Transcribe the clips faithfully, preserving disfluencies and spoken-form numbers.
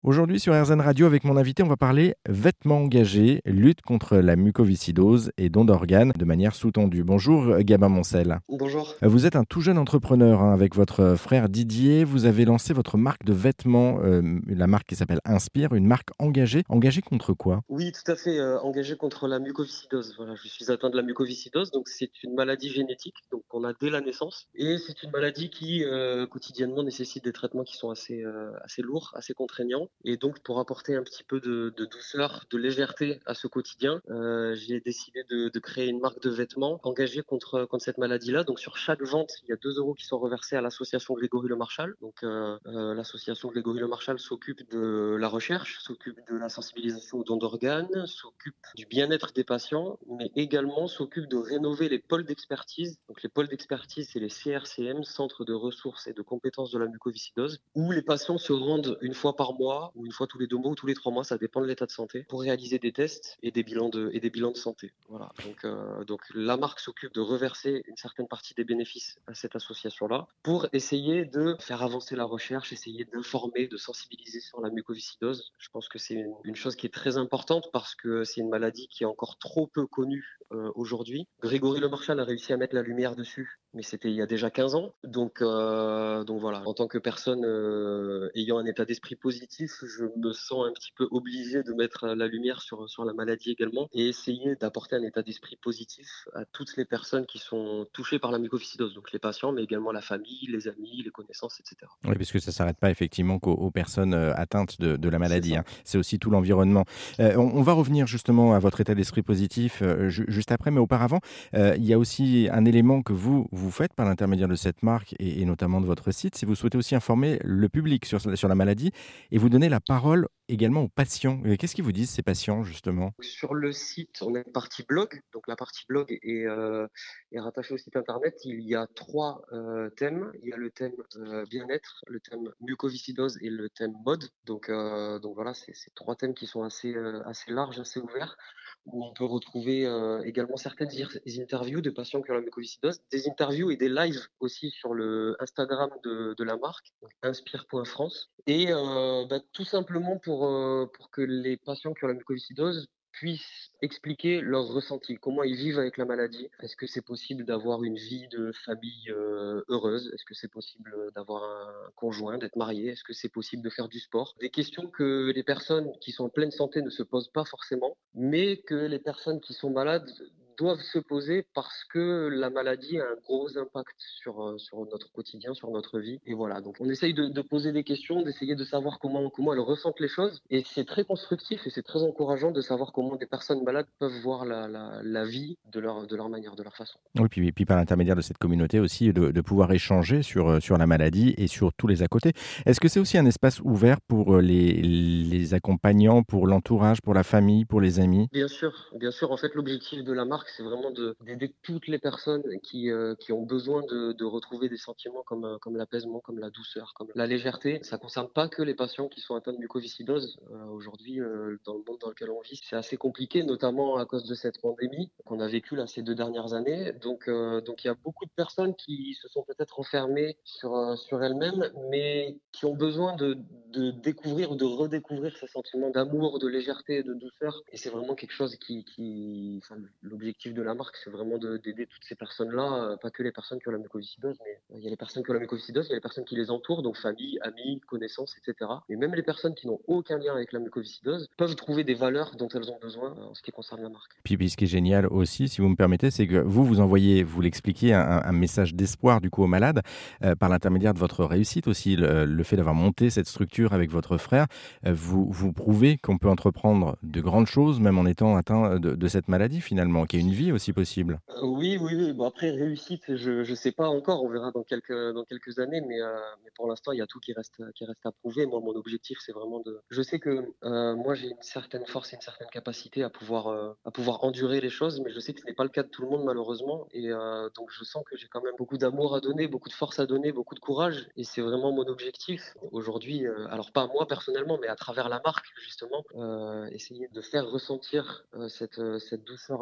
Aujourd'hui sur R Z N Radio avec mon invité, on va parler vêtements engagés, lutte contre la mucoviscidose et don d'organes de manière sous-tendue. Bonjour euh, Gabin Moncel. Bonjour. Euh, Vous êtes un tout jeune entrepreneur hein, avec votre frère Didier. Vous avez lancé votre marque de vêtements, euh, la marque qui s'appelle Inspire, une marque engagée. Engagée contre quoi? Oui, tout à fait, heu, engagé contre la mucoviscidose. Voilà, je suis atteint de la mucoviscidose, donc c'est une maladie génétique, donc qu'on a dès la naissance et c'est une maladie qui, heu, quotidiennement nécessite des traitements qui sont assez, heu, assez lourds, assez contraignants et donc pour apporter un petit peu de de douceur, de légèreté à ce quotidien, heu, j'ai décidé de de créer une marque de vêtements engagée contre, contre cette maladie-là. Donc sur chaque vente, il y a deux euros qui sont reversés à l'association Grégory Le Marchal. Donc, heu heu, l'association Grégory Le Marchal s'occupe de la recherche, s'occupe de la sensibilisation aux dons d'organes, s'occupe du bien-être des patients, mais également s'occupe de rénover les pôles d'expertise. Donc les pôles d'expertise, c'est les C R C M, Centres de ressources et de compétences de la mucoviscidose, où les patients se rendent une fois par mois, ou une fois tous les deux mois, ou tous les trois mois, ça dépend de l'état de santé, pour réaliser des tests et des bilans de, et des bilans de santé. Voilà. Donc, euh, donc la marque s'occupe de reverser une certaine partie des bénéfices à cette association-là, pour essayer de faire avancer la recherche, essayer d'informer, de sensibiliser sur la mucoviscidose. Je pense que c'est une, une chose qui est très importante parce que c'est une maladie qui est encore trop peu connue euh, aujourd'hui. Grégory Le Marchal a réussi à mettre la lumière dessus, mais c'était il y a déjà quinze ans. Donc, euh, donc voilà, en tant que personne euh, ayant un état d'esprit positif, je me sens un petit peu obligé de mettre la lumière sur, sur la maladie également et essayer d'apporter un état d'esprit positif à toutes les personnes qui sont touchées par la mucoviscidose, donc les patients, mais également la famille, les amis, les connaissances, et cetera. Oui, parce que ça ne s'arrête pas effectivement qu'aux aux personnes euh, atteintes de, de la C'est maladie, ça. hein. C'est aussi tout l'environnement. Euh, on, on va revenir justement à votre état d'esprit positif euh, ju- juste après, mais auparavant, euh, il y a aussi un élément que vous, vous faites par l'intermédiaire de cette marque et, et notamment de votre site, si vous souhaitez aussi informer le public sur, sur la maladie et vous donner la parole également aux patients. Euh, Qu'est-ce qu'ils vous disent ces patients justement? Sur le site, on a une partie blog. Donc la partie blog est, euh, est rattachée au site internet. Il y a trois euh, thèmes. Il y a le thème euh, bien-être, le thème mucoviscidose et le thème mode. Donc, euh, donc voilà, c'est c'est trois thèmes qui sont assez, euh, assez larges, assez ouverts, où on peut retrouver euh, également certaines ir- interviews de patients qui ont la mucoviscidose, des interviews et des lives aussi sur le Instagram de, de la marque, donc inspire point France. Et euh, bah, tout simplement pour, euh, pour que les patients qui ont la mucoviscidose puissent expliquer leur ressenti, comment ils vivent avec la maladie. Est-ce que c'est possible d'avoir une vie de famille euh, heureuse? Est-ce que c'est possible d'avoir un conjoint, d'être marié? Est-ce que c'est possible de faire du sport? Des questions que les personnes qui sont en pleine santé ne se posent pas forcément, mais que les personnes qui sont malades doivent se poser parce que la maladie a un gros impact sur, euh, sur notre quotidien, sur notre vie. Et voilà, donc on essaye de, de poser des questions, d'essayer de savoir comment, comment elles ressentent les choses. Et c'est très constructif et c'est très encourageant de savoir comment des personnes malades peuvent voir la, la, la vie de leur, de leur manière, de leur façon. Oui, puis, et puis par l'intermédiaire de cette communauté aussi, de, de pouvoir échanger sur, euh, sur la maladie et sur tous les à côté. Est-ce que c'est aussi un espace ouvert pour euh, les, les accompagnants, pour l'entourage, pour la famille, pour les amis? Bien sûr, bien sûr. En fait, l'objectif de la marque, c'est vraiment de- d'aider toutes les personnes qui, euh, qui ont besoin de, de retrouver des sentiments comme, euh, comme l'apaisement, comme la douceur, comme la légèreté. Ça concerne pas que les patients qui sont atteints de mucoviscidose. Euh, aujourd'hui, euh, dans le monde dans lequel on vit, c'est assez compliqué, notamment à cause de cette pandémie qu'on a vécue là ces deux dernières années. Donc, euh, donc il y a beaucoup de personnes qui se sont peut-être enfermées sur, euh, sur elles-mêmes, mais qui ont besoin de, de découvrir ou de redécouvrir ces sentiments d'amour, de légèreté et de douceur. Et c'est vraiment quelque chose qui, qui enfin, l'objectif de la marque, c'est vraiment de- d'aider toutes ces personnes-là, euh, pas que les personnes qui ont la mucoviscidose, mais euh, il y a les personnes qui ont la mucoviscidose, il y a les personnes qui les entourent, donc famille, amis, connaissances, et cetera. Et même les personnes qui n'ont aucun lien avec la mucoviscidose peuvent trouver des valeurs dont elles ont besoin euh, en ce qui concerne la marque. Puis, puis ce qui est génial aussi, si vous me permettez, c'est que vous, vous envoyez, vous l'expliquiez, un, un message d'espoir du coup aux malades euh, par l'intermédiaire de votre réussite aussi, le, le fait d'avoir monté cette structure avec votre frère. Euh, vous, vous prouvez qu'on peut entreprendre de grandes choses, même en étant atteint de, de cette maladie finalement, qu'il y a une vie aussi possible. Euh, oui, oui, oui. Bon, après, réussite, je je sais pas encore. On verra dans quelques, dans quelques années. Mais, euh, mais pour l'instant, il y a tout qui reste, qui reste à prouver. Moi, mon objectif, c'est vraiment de. Je sais que euh, moi, j'ai une certaine force et une certaine capacité à pouvoir, euh, à pouvoir endurer les choses. Mais je sais que ce n'est pas le cas de tout le monde, malheureusement. Et euh, donc, je sens que j'ai quand même beaucoup d'amour à donner, beaucoup de force à donner, beaucoup de courage. Et c'est vraiment mon objectif aujourd'hui. Euh, alors, pas moi personnellement, mais à travers la marque, justement, euh, essayer de faire ressentir euh, cette, euh, cette douceur-là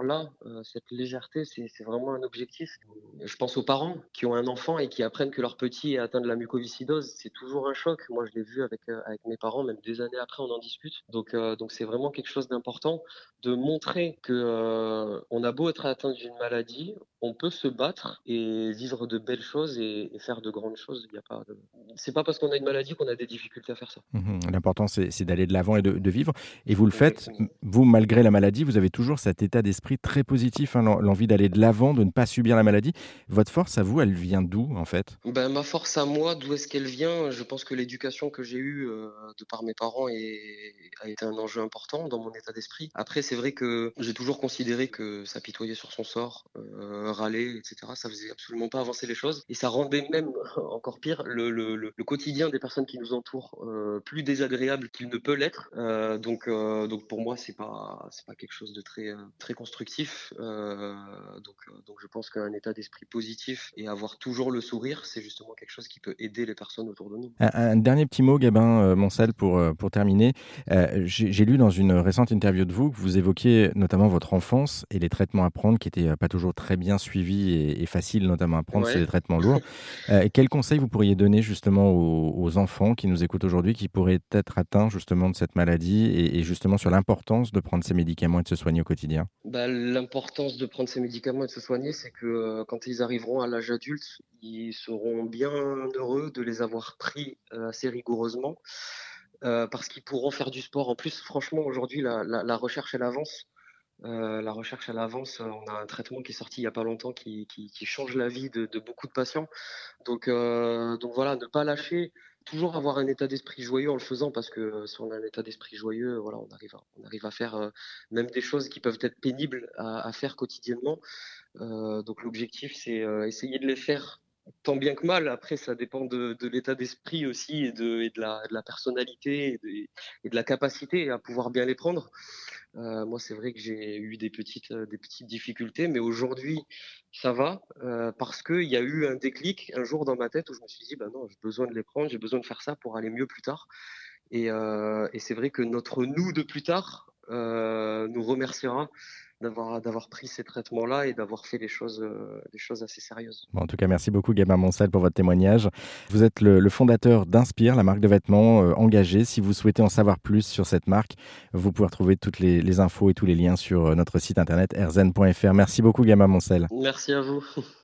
heu, cette légèreté, c'est c'est vraiment un objectif. Je pense aux parents qui ont un enfant et qui apprennent que leur petit est atteint de la mucoviscidose. C'est toujours un choc. Moi, je l'ai vu avec, heu, avec mes parents, même des années après, on en discute. Donc heu, donc c'est vraiment quelque chose d'important de montrer que, heu, on a beau être atteint d'une maladie, on peut se battre et vivre de belles choses et et faire de grandes choses. Il y a pas de c'est pas parce qu'on a une maladie qu'on a des difficultés à faire ça. Mmh. L'important, c'est c'est d'aller de l'avant et de de vivre et vous le faites, Exactement. m vous, malgré la maladie, vous avez toujours cet état d'esprit très positif, hein, l'en l'envie d'aller de l'avant, de ne pas subir la maladie. Votre force à vous, elle vient d'où, en fait? Ben, ma force à moi, d'où est-ce qu'elle vient? Je pense que l'éducation que j'ai eue, heu, de par mes parents est a été un enjeu important dans mon état d'esprit. Après, c'est vrai que j'ai toujours considéré que s'apitoyer sur son sort, heu, râler et cetera, ça faisait absolument pas avancer les choses et ça rendait même encore pire le le le le quotidien des personnes qui nous entourent, heu, plus désagréable qu'il ne peut l'être. Heu, donc heu, donc pour moi, c'est pas c'est pas quelque chose de très, heu, très constructif. Heu, donc heu, donc je pense qu'un état d'esprit positif et avoir toujours le sourire, c'est justement quelque chose qui peut aider les personnes autour de nous. Un un dernier petit mot, Gabin, heu, Moncel, pour, heu, pour terminer. Heu, j'ai j'ai lu dans une récente interview de vous que vous évoquiez notamment votre enfance et les traitements à prendre qui étaient, heu, pas toujours très bien suivis et et faciles notamment à prendre, c'est Ouais. des traitements lourds. Heu, quels conseils vous pourriez donner justement aux aux enfants qui nous écoutent aujourd'hui, qui pourraient être atteints justement de cette maladie et et justement sur l'importance de prendre ces médicaments et de se soigner au quotidien? Bah, l'importance de prendre ces médicaments et de se soigner, c'est que, heu, quand ils arriveront à l'âge adulte, ils seront bien heureux de les avoir pris, heu, assez rigoureusement, heu, parce qu'ils pourront faire du sport. En plus, franchement, aujourd'hui, la la la recherche, elle avance. Heu, la recherche, elle avance. On a un traitement qui est sorti il y a pas longtemps qui qui qui change la vie de de beaucoup de patients. Donc heu, donc voilà, ne pas lâcher, toujours avoir un état d'esprit joyeux en le faisant parce que, heu, si on a un état d'esprit joyeux, voilà, on arrive à on arrive à faire, heu, même des choses qui peuvent être pénibles à à faire quotidiennement. Heu, donc l'objectif, c'est, heu, essayer de les faire tant bien que mal. Après, ça dépend de de l'état d'esprit aussi et de et de la de la personnalité et des et de la capacité à pouvoir bien les prendre. Heu, moi, c'est vrai que j'ai eu des petites, heu, des petites difficultés, mais aujourd'hui, ça va, heu, parce qu'il y a eu un déclic un jour dans ma tête où je me suis dit: «Bah non, j'ai besoin de les prendre, j'ai besoin de faire ça pour aller mieux plus tard» et heu et c'est vrai que notre nous de plus tard, heu, nous remerciera d'avoir d'avoir pris ces traitements-là et d'avoir fait les choses, heu, les choses assez sérieuses. Bon, en tout cas, merci beaucoup Gabin Moncel pour votre témoignage. Vous êtes le le fondateur d'Inspire, la marque de vêtements, heu, engagée. Si vous souhaitez en savoir plus sur cette marque, vous pouvez retrouver toutes les les infos et tous les liens sur, heu, notre site internet erzen point f r. Merci beaucoup Gabin Moncel. Merci à vous.